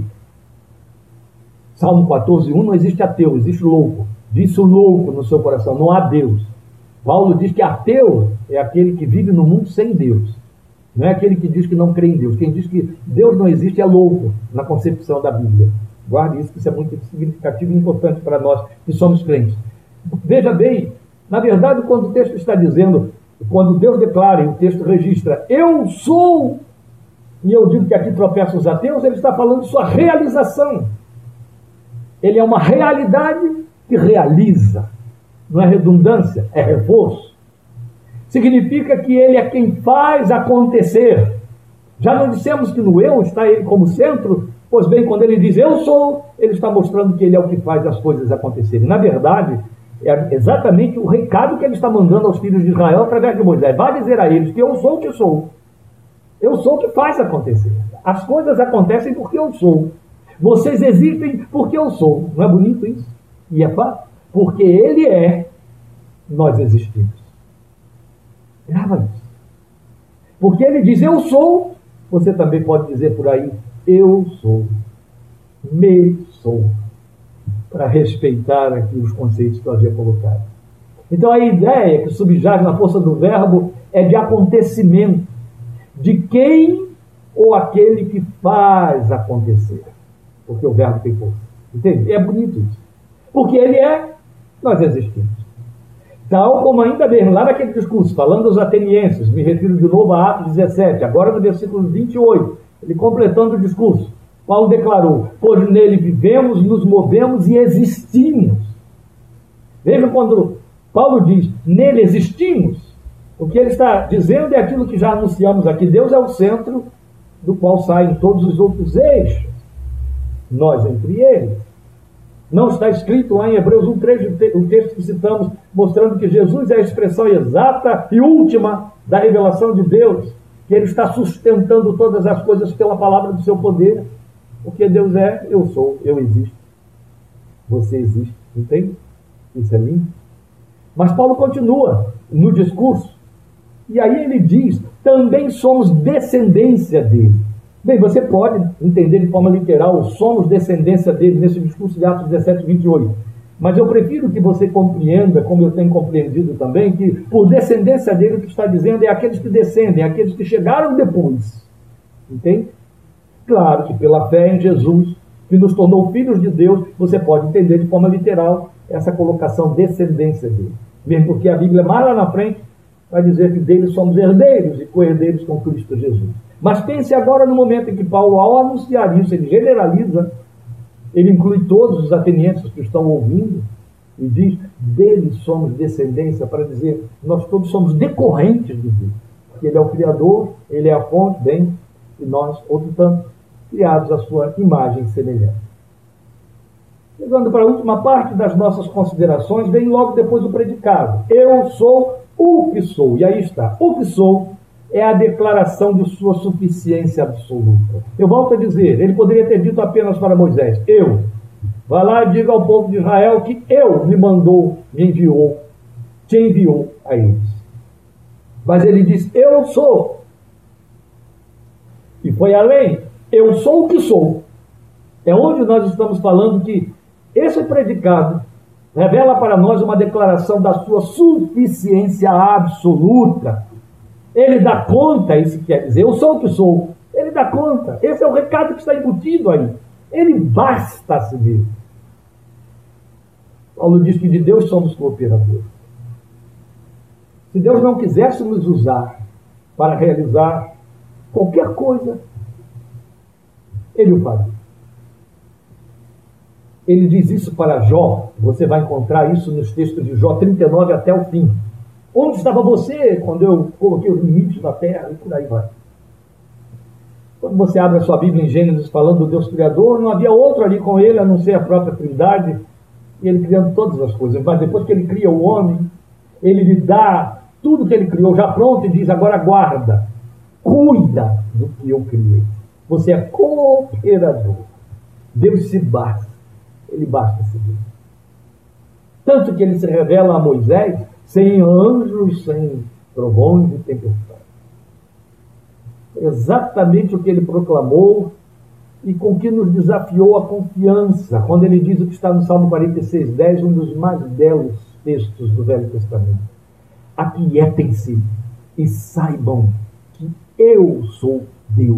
Salmo quatorze, um, não existe ateu, existe louco. Diz o louco no seu coração, não há Deus. Paulo diz que ateu é aquele que vive no mundo sem Deus. Não é aquele que diz que não crê em Deus. Quem diz que Deus não existe é louco, na concepção da Bíblia. Guarde isso, que isso é muito significativo e importante para nós que somos crentes. Veja bem, na verdade, quando o texto está dizendo, quando Deus declara, e o texto registra, eu sou, e eu digo que aqui tropeçam os ateus, ele está falando de sua realização. Ele é uma realidade que realiza. Não é redundância, é reforço. Significa que ele é quem faz acontecer. Já não dissemos que no eu está ele como centro? Pois bem, quando ele diz eu sou, ele está mostrando que ele é o que faz as coisas acontecerem. Na verdade, é exatamente o recado que ele está mandando aos filhos de Israel através de Moisés. Vai dizer a eles que eu sou o que sou. Eu sou o que faz acontecer. As coisas acontecem porque eu sou. Vocês existem porque eu sou. Não é bonito isso? E é fato. Porque ele é, nós existimos. Grava isso. Porque ele diz eu sou, você também pode dizer por aí, eu sou, me sou, para respeitar aqui os conceitos que eu havia colocado. Então a ideia que subjaz na força do verbo é de acontecimento, de quem ou aquele que faz acontecer. Porque o verbo tem força. Entende? É bonito isso. Porque ele é, nós existimos. Tal como ainda mesmo, lá naquele discurso, falando aos atenienses, me refiro de novo a Atos dezessete, agora no versículo vinte e oito, ele completando o discurso, Paulo declarou, pois nele vivemos, nos movemos e existimos. Veja quando Paulo diz, nele existimos, o que ele está dizendo é aquilo que já anunciamos aqui, Deus é o centro do qual saem todos os outros eixos, nós entre eles. Não está escrito lá em Hebreus um, três, o texto que citamos, mostrando que Jesus é a expressão exata e última da revelação de Deus, que ele está sustentando todas as coisas pela palavra do seu poder, porque Deus é, eu sou, eu existo, você existe, entende? Isso é lindo. Mas Paulo continua no discurso, e aí ele diz, também somos descendência dele. Bem, você pode entender de forma literal, somos descendência dele nesse discurso de Atos dezessete, vinte e oito. Mas eu prefiro que você compreenda, como eu tenho compreendido também, que por descendência dele o que está dizendo é aqueles que descendem, aqueles que chegaram depois. Entende? Claro que pela fé em Jesus, que nos tornou filhos de Deus, você pode entender de forma literal essa colocação descendência dele. Mesmo porque a Bíblia mais lá na frente vai dizer que dele somos herdeiros e co-herdeiros com Cristo Jesus. Mas pense agora no momento em que Paulo, ao anunciar isso, ele generaliza, Ele inclui todos os atenienses que estão ouvindo e diz, dele somos descendência, para dizer, nós todos somos decorrentes de Deus. Porque ele é o Criador, ele é a fonte, bem, e nós, outro tanto, criados à sua imagem e semelhança. Chegando para a última parte das nossas considerações, vem logo depois o predicado. Eu sou o que sou. E aí está. O que sou é a declaração de sua suficiência absoluta. Eu volto a dizer, ele poderia ter dito apenas para Moisés, eu. Vá lá e diga ao povo de Israel que eu me mandou, me enviou, te enviou a eles. Mas ele diz, eu sou. E foi além, eu sou o que sou. É onde nós estamos falando que esse predicado revela para nós uma declaração da sua suficiência absoluta. Ele dá conta, isso quer dizer, eu sou o que sou. Ele dá conta. Esse é o recado que está embutido aí. Ele basta a si mesmo. Paulo diz que de Deus somos cooperadores. Se Deus não quisesse nos usar para realizar qualquer coisa, ele o faria. Ele diz isso para Jó. Você vai encontrar isso nos textos de Jó trinta e nove até o fim. Onde estava você quando eu coloquei os limites da terra? E por aí vai. Quando você abre a sua Bíblia em Gênesis falando do Deus Criador, não havia outro ali com ele, a não ser a própria Trindade, e ele criando todas as coisas. Mas depois que ele cria o homem, ele lhe dá tudo que ele criou já pronto e diz, agora guarda, cuida do que eu criei. Você é cooperador. Deus se basta. Ele basta a si mesmo. Tanto que ele se revela a Moisés sem anjos, sem trovões e tempestades. Exatamente o que ele proclamou e com que nos desafiou a confiança, quando ele diz o que está no Salmo quarenta e seis, dez, um dos mais belos textos do Velho Testamento. Aquietem-se e saibam que eu sou Deus.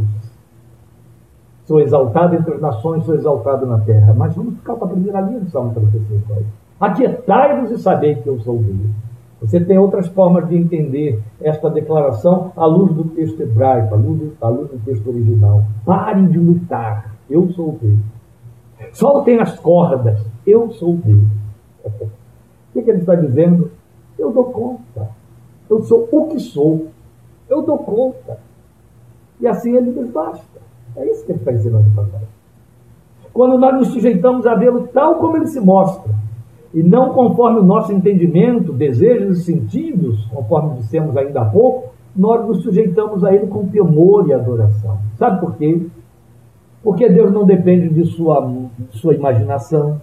Sou exaltado entre as nações, sou exaltado na terra. Mas vamos ficar com a primeira linha do Salmo quarenta e seis. Aquietai-vos e sabei que eu sou Deus. Você tem outras formas de entender esta declaração à luz do texto hebraico, à luz do, à luz do texto original. Parem de lutar, eu sou Deus. Soltem as cordas, eu sou Deus. O que, que ele está dizendo? Eu dou conta. Eu sou o que sou. Eu dou conta. E assim ele nos basta. É isso que ele está ensinando para nós. Quando nós nos sujeitamos a vê-lo tal como ele se mostra, e não conforme o nosso entendimento, desejos e sentidos, conforme dissemos ainda há pouco, nós nos sujeitamos a ele com temor e adoração. Sabe por quê? Porque Deus não depende de sua, de sua imaginação.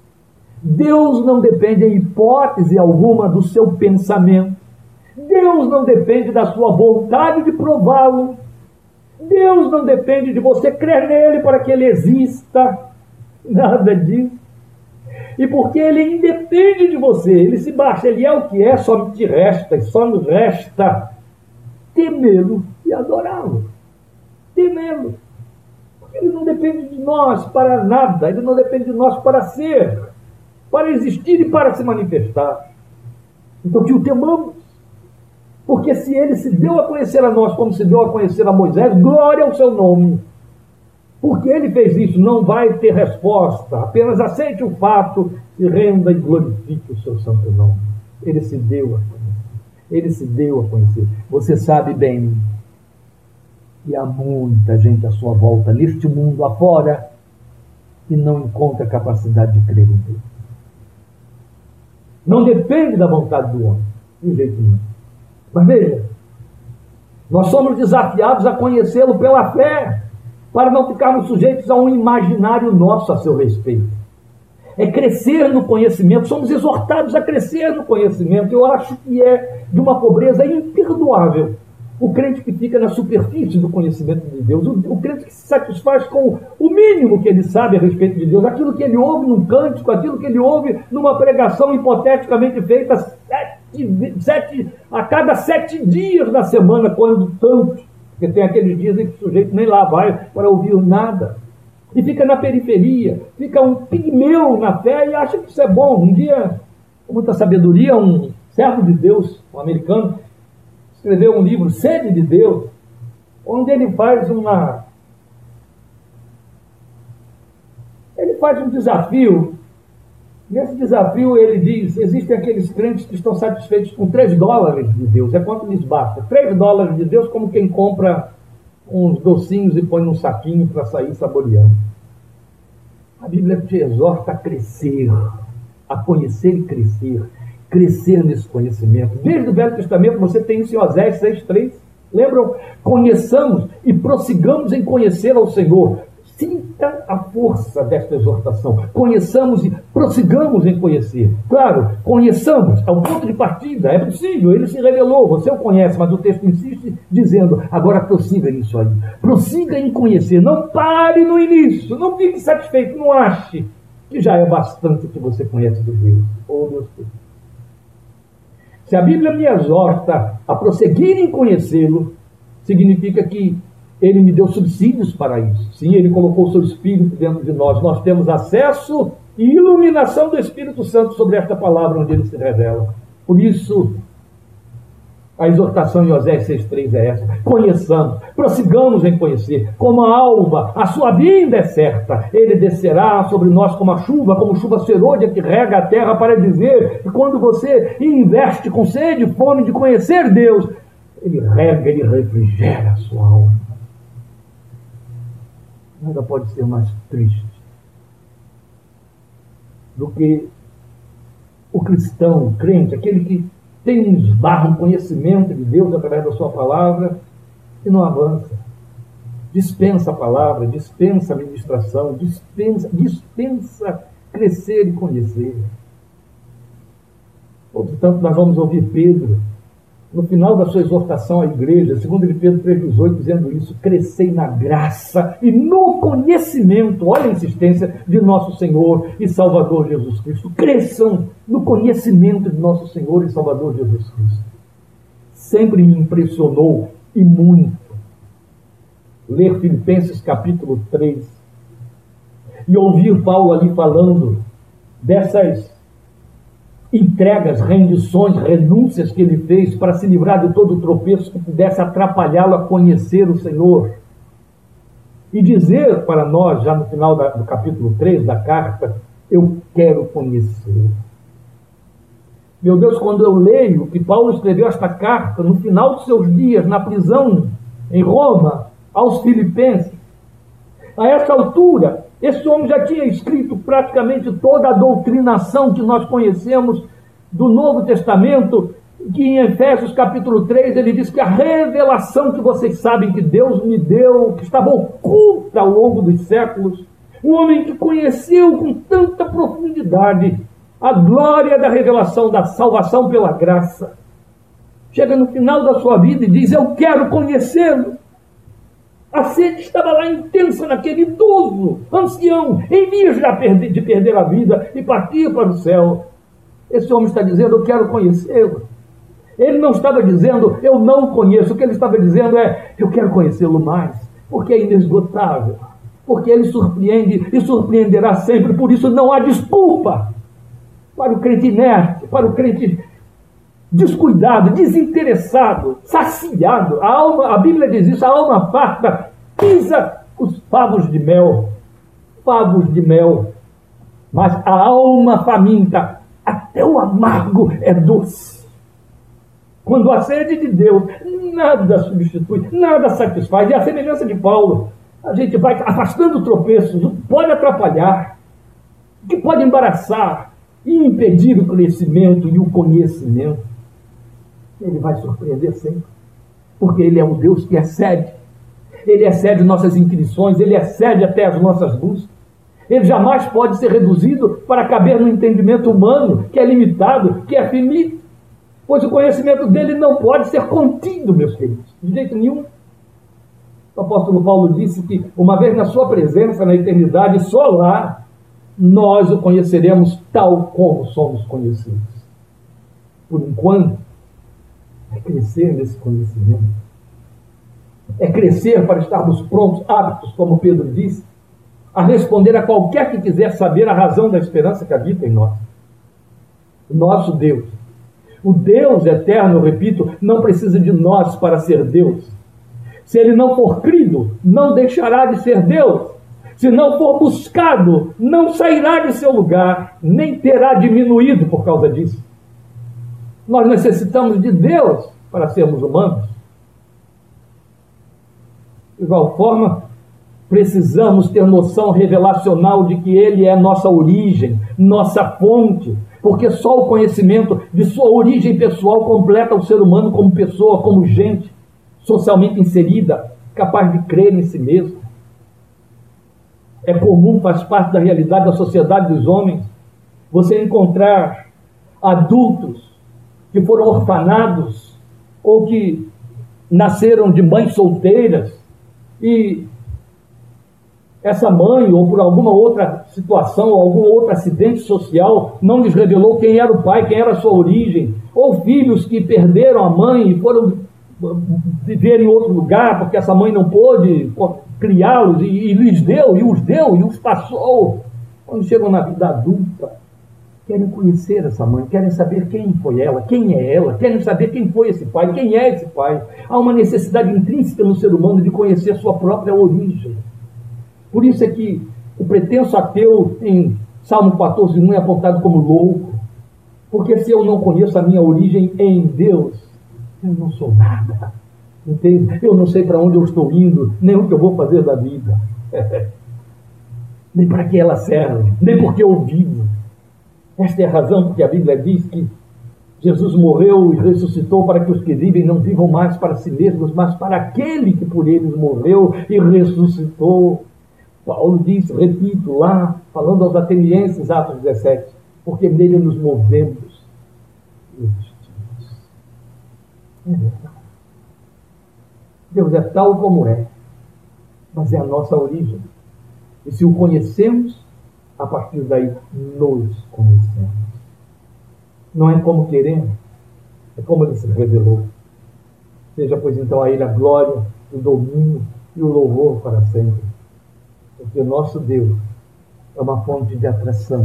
Deus não depende em hipótese alguma do seu pensamento. Deus não depende da sua vontade de prová-lo. Deus não depende de você crer nele para que ele exista. Nada disso. E porque ele independe de você, ele se baixa, ele é o que é, só te resta, e só nos resta temê-lo e adorá-lo. Temê-lo. Porque ele não depende de nós para nada, ele não depende de nós para ser, para existir e para se manifestar. Então que o temamos. Porque se ele se deu a conhecer a nós como se deu a conhecer a Moisés, glória ao seu nome. Porque ele fez isso, não vai ter resposta. Apenas aceite o fato, se renda e glorifique o seu santo nome. Ele se deu a conhecer. Ele se deu a conhecer. Você sabe bem que há muita gente à sua volta, neste mundo afora, que não encontra capacidade de crer em Deus. Não depende da vontade do homem, de jeito nenhum. Mas veja, nós somos desafiados a conhecê-lo pela fé, para não ficarmos sujeitos a um imaginário nosso a seu respeito. É crescer no conhecimento, somos exortados a crescer no conhecimento. Eu acho que é de uma pobreza imperdoável o crente que fica na superfície do conhecimento de Deus, o, o crente que se satisfaz com o mínimo que ele sabe a respeito de Deus, aquilo que ele ouve num cântico, aquilo que ele ouve numa pregação hipoteticamente feita sete, sete, a cada sete dias da semana, quando tanto. Porque tem aqueles dias em que o sujeito nem lá vai para ouvir nada. E fica na periferia, fica um pigmeu na fé e acha que isso é bom. Um dia, com muita sabedoria, um servo de Deus, um americano, escreveu um livro, Sede de Deus, onde ele faz uma... Ele faz um desafio. Nesse desafio ele diz, existem aqueles crentes que estão satisfeitos com três dólares de Deus, é quanto lhes basta. Três dólares de Deus, como quem compra uns docinhos e põe num saquinho para sair saboreando. A Bíblia te exorta a crescer, a conhecer e crescer, crescer nesse conhecimento. Desde o Velho Testamento você tem isso em Oséias seis, três. Lembram? Conheçamos e prossigamos em conhecer ao Senhor. Sinta a força desta exortação. Conheçamos e prossigamos em conhecer. Claro, conheçamos, é o ponto de partida, é possível, ele se revelou, você o conhece, mas o texto insiste dizendo, agora prossiga nisso aí. Prossiga em conhecer, não pare no início, não fique satisfeito, não ache que já é bastante que você conhece de Deus. Oh, Deus Deus. Se a Bíblia me exorta a prosseguir em conhecê-lo, significa que ele me deu subsídios para isso. Sim, ele colocou o seu Espírito dentro de nós. Nós temos acesso e iluminação do Espírito Santo sobre esta palavra onde ele se revela. Por isso, a exortação em Oséias seis, três é essa. Conheçamos, prossigamos em conhecer. Como a alva, a sua vinda é certa. Ele descerá sobre nós como a chuva, como chuva serôdia que rega a terra, para dizer que quando você investe com sede e fome de conhecer Deus, ele rega, ele refrigera a sua alma. Nada pode ser mais triste do que o cristão, o crente, aquele que tem um esbarro, um conhecimento de Deus através da sua palavra e não avança. Dispensa a palavra, dispensa a ministração, dispensa, dispensa crescer e conhecer. Portanto, nós vamos ouvir Pedro, no final da sua exortação à igreja, segundo Pedro três, dezoito, dizendo isso, crescei na graça e no conhecimento, olha a insistência, de nosso Senhor e Salvador Jesus Cristo. Cresçam no conhecimento de nosso Senhor e Salvador Jesus Cristo. Sempre me impressionou, e muito, ler Filipenses capítulo três e ouvir Paulo ali falando dessas entregas, rendições, renúncias que ele fez para se livrar de todo o tropeço que pudesse atrapalhá-lo a conhecer o Senhor. E dizer para nós, já no final da, do capítulo três da carta, eu quero conhecer. Meu Deus, quando eu leio que Paulo escreveu esta carta no final dos seus dias, na prisão em Roma, aos Filipenses, a essa altura, esse homem já tinha escrito praticamente toda a doutrinação que nós conhecemos do Novo Testamento, que em Efésios capítulo três ele diz que a revelação que vocês sabem que Deus me deu, que estava oculta ao longo dos séculos, um homem que conheceu com tanta profundidade a glória da revelação da salvação pela graça, chega no final da sua vida e diz, eu quero conhecê-lo. A sede estava lá intensa naquele idoso, ancião, em vias de perder a vida e partir para o céu. Esse homem está dizendo, eu quero conhecê-lo. Ele não estava dizendo, eu não conheço. O que ele estava dizendo é, eu quero conhecê-lo mais, porque é inesgotável, porque ele surpreende e surpreenderá sempre. Por isso não há desculpa para o crente inerte, para o crente descuidado, desinteressado, saciado. A alma, a Bíblia diz isso, a alma farta pisa os favos de mel, favos de mel, mas a alma faminta, até o amargo é doce. Quando a sede de Deus, nada substitui, nada satisfaz. E a semelhança de Paulo, a gente vai afastando tropeços, o que pode atrapalhar, o que pode embaraçar e impedir o crescimento e o conhecimento. Ele vai surpreender sempre, porque ele é um Deus que excede, ele excede nossas intuições, ele excede até as nossas buscas. Ele jamais pode ser reduzido para caber no entendimento humano, que é limitado, que é finito, pois o conhecimento dele não pode ser contido, meus queridos, de jeito nenhum. O apóstolo Paulo disse que, uma vez na sua presença na eternidade, só lá nós o conheceremos tal como somos conhecidos. Por enquanto, é crescer nesse conhecimento. É crescer para estarmos prontos, aptos, como Pedro disse, a responder a qualquer que quiser saber a razão da esperança que habita em nós. O nosso Deus. O Deus eterno, eu repito, não precisa de nós para ser Deus. Se ele não for crido, não deixará de ser Deus. Se não for buscado, não sairá de seu lugar, nem terá diminuído por causa disso. Nós necessitamos de Deus para sermos humanos. De igual forma, precisamos ter noção revelacional de que Ele é nossa origem, nossa fonte, porque só o conhecimento de sua origem pessoal completa o ser humano como pessoa, como gente, socialmente inserida, capaz de crer em si mesmo. É comum, faz parte da realidade da sociedade dos homens, você encontrar adultos que foram orfanados ou que nasceram de mães solteiras e essa mãe, ou por alguma outra situação, ou algum outro acidente social, não lhes revelou quem era o pai, quem era a sua origem, ou filhos que perderam a mãe e foram viver em outro lugar porque essa mãe não pôde criá-los e, e lhes deu, e os deu, e os passou. Quando chegam na vida adulta, querem conhecer essa mãe, querem saber quem foi ela, quem é ela, querem saber quem foi esse pai, quem é esse pai. Há uma necessidade intrínseca no ser humano de conhecer sua própria origem. Por isso é que o pretenso ateu em Salmo quatorze, um é apontado como louco, porque se eu não conheço a minha origem em Deus, eu não sou nada, entende? Eu não sei para onde eu estou indo, nem o que eu vou fazer da vida, nem para que ela serve, nem porque eu vivo. Esta é a razão porque a Bíblia diz que Jesus morreu e ressuscitou para que os que vivem não vivam mais para si mesmos, mas para aquele que por eles morreu e ressuscitou. Paulo diz, repito, lá, falando aos atenienses, Atos dezessete, porque nele nos movemos e existimos. É verdade. Deus é tal como é, mas é a nossa origem. E se o conhecemos, a partir daí nos conhecemos. Não é como queremos, é como ele se revelou. Seja, pois, então a ele a glória, o domínio e o louvor para sempre. Porque o nosso Deus é uma fonte de atração.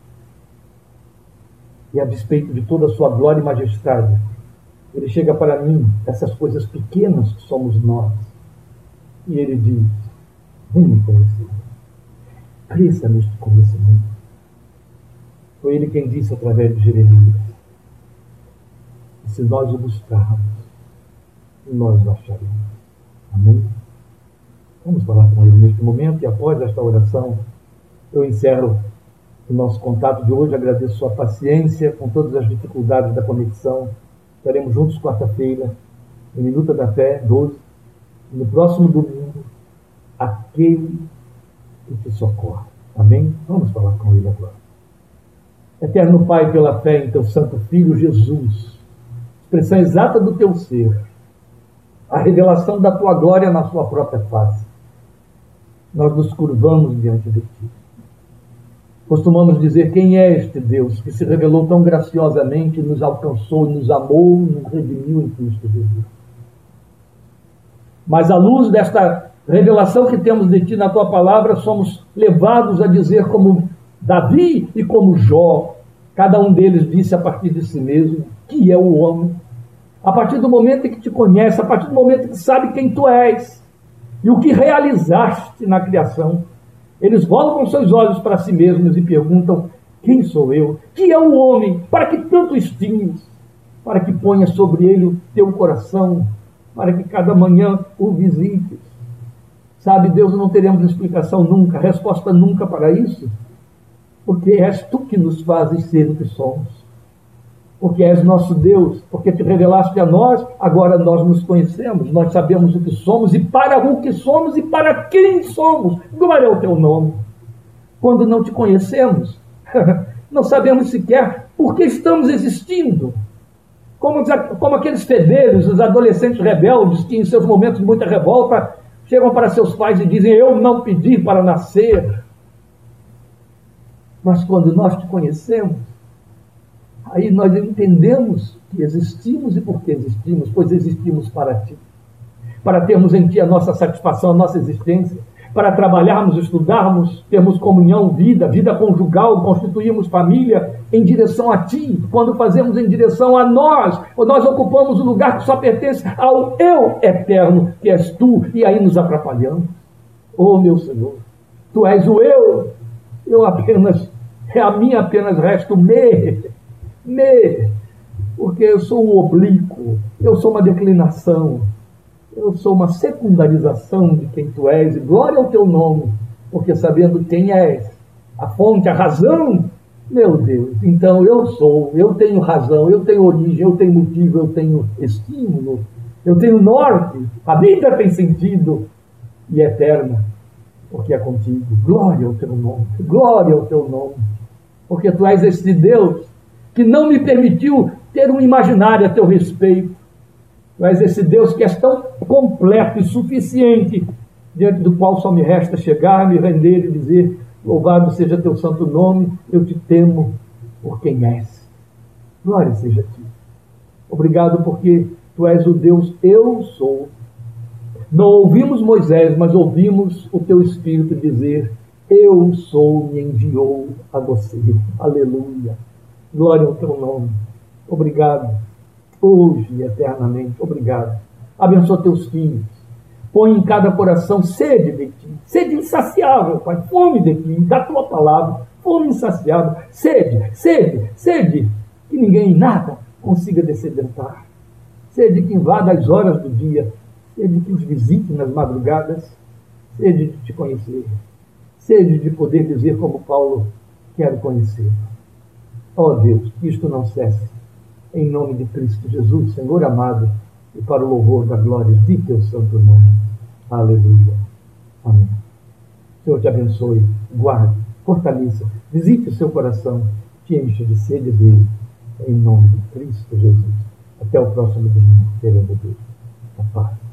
E a despeito de toda a sua glória e majestade, ele chega para mim, essas coisas pequenas que somos nós, e ele diz, vem me conhecer. Cresça neste conhecimento. Foi ele quem disse através de Jeremias, e se nós o buscarmos, nós o acharemos. Amém? Vamos falar com ele neste momento, e após esta oração, eu encerro o nosso contato de hoje. Agradeço sua paciência com todas as dificuldades da conexão. Estaremos juntos quarta-feira, em Minuta da Fé, doze. E no próximo domingo, aquele que te socorre. Amém? Vamos falar com ele agora. Eterno Pai, pela fé em teu Santo Filho Jesus, expressão exata do teu ser, a revelação da tua glória na sua própria face, nós nos curvamos diante de ti. Costumamos dizer, quem é este Deus que se revelou tão graciosamente, nos alcançou, nos amou, nos redimiu em Cristo Jesus. Mas à luz desta revelação que temos de ti na tua palavra, somos levados a dizer como Davi e como Jó, cada um deles disse a partir de si mesmo, que é o homem. A partir do momento em que te conhece, a partir do momento em que sabe quem tu és e o que realizaste na criação, eles voltam seus olhos para si mesmos e perguntam, quem sou eu? Que é o homem? Para que tanto estimes? Para que ponhas sobre ele o teu coração, para que cada manhã o visites. Sabe, Deus, não teremos explicação nunca, resposta nunca para isso, porque és tu que nos fazes ser o que somos. Porque és nosso Deus, porque te revelaste a nós, agora nós nos conhecemos, nós sabemos o que somos e para o que somos e para quem somos. Glória ao teu nome. Quando não te conhecemos, não sabemos sequer por que estamos existindo. Como, como aqueles fedelhos, os adolescentes rebeldes que em seus momentos de muita revolta chegam para seus pais e dizem, eu não pedi para nascer. Mas quando nós te conhecemos, aí nós entendemos que existimos e por que existimos, pois existimos para ti. Para termos em ti a nossa satisfação, a nossa existência, para trabalharmos, estudarmos, termos comunhão, vida, vida conjugal, constituirmos família em direção a ti. Quando fazemos em direção a nós, nós ocupamos o lugar que só pertence ao eu eterno, que és tu, e aí nos atrapalhamos. Oh, meu Senhor, Tu és o eu, eu apenas, a mim apenas resta o me, me, porque eu sou um oblíquo, eu sou uma declinação, eu sou uma secundarização de quem Tu és, e glória ao Teu nome, porque sabendo quem és, a fonte, a razão, meu Deus, então eu sou, eu tenho razão, eu tenho origem, eu tenho motivo, eu tenho estímulo, eu tenho norte, a vida tem sentido e é eterna, porque é contigo. Glória ao Teu nome, glória ao Teu nome, porque Tu és esse Deus que não me permitiu ter um imaginário a Teu respeito. Tu és esse Deus que és tão completo e suficiente, diante do qual só me resta chegar, me render e dizer: louvado seja Teu santo nome, eu Te temo por quem és. Glória seja a Ti. Obrigado porque Tu és o Deus eu sou. Não ouvimos Moisés, mas ouvimos o Teu Espírito dizer: eu sou, me enviou a você. Aleluia. Glória ao Teu nome. Obrigado. Hoje e eternamente. Obrigado. Abençoa Teus filhos. Põe em cada coração sede de Ti, sede insaciável, Pai, fome de Ti, da Tua palavra, fome insaciável, sede, sede, sede, que ninguém em nada consiga descedentar, sede que invada as horas do dia, sede que os visite nas madrugadas, sede de Te conhecer, sede de poder dizer como Paulo: quero conhecer. Ó Deus, que isto não cesse, em nome de Cristo Jesus, Senhor amado, e para o louvor da glória de Teu santo nome. Aleluia. Amém. Senhor te abençoe, guarde, fortaleça, visite o seu coração, te encha de sede dele, em nome de Cristo Jesus. Até o próximo domingo, querendo Deus. A paz.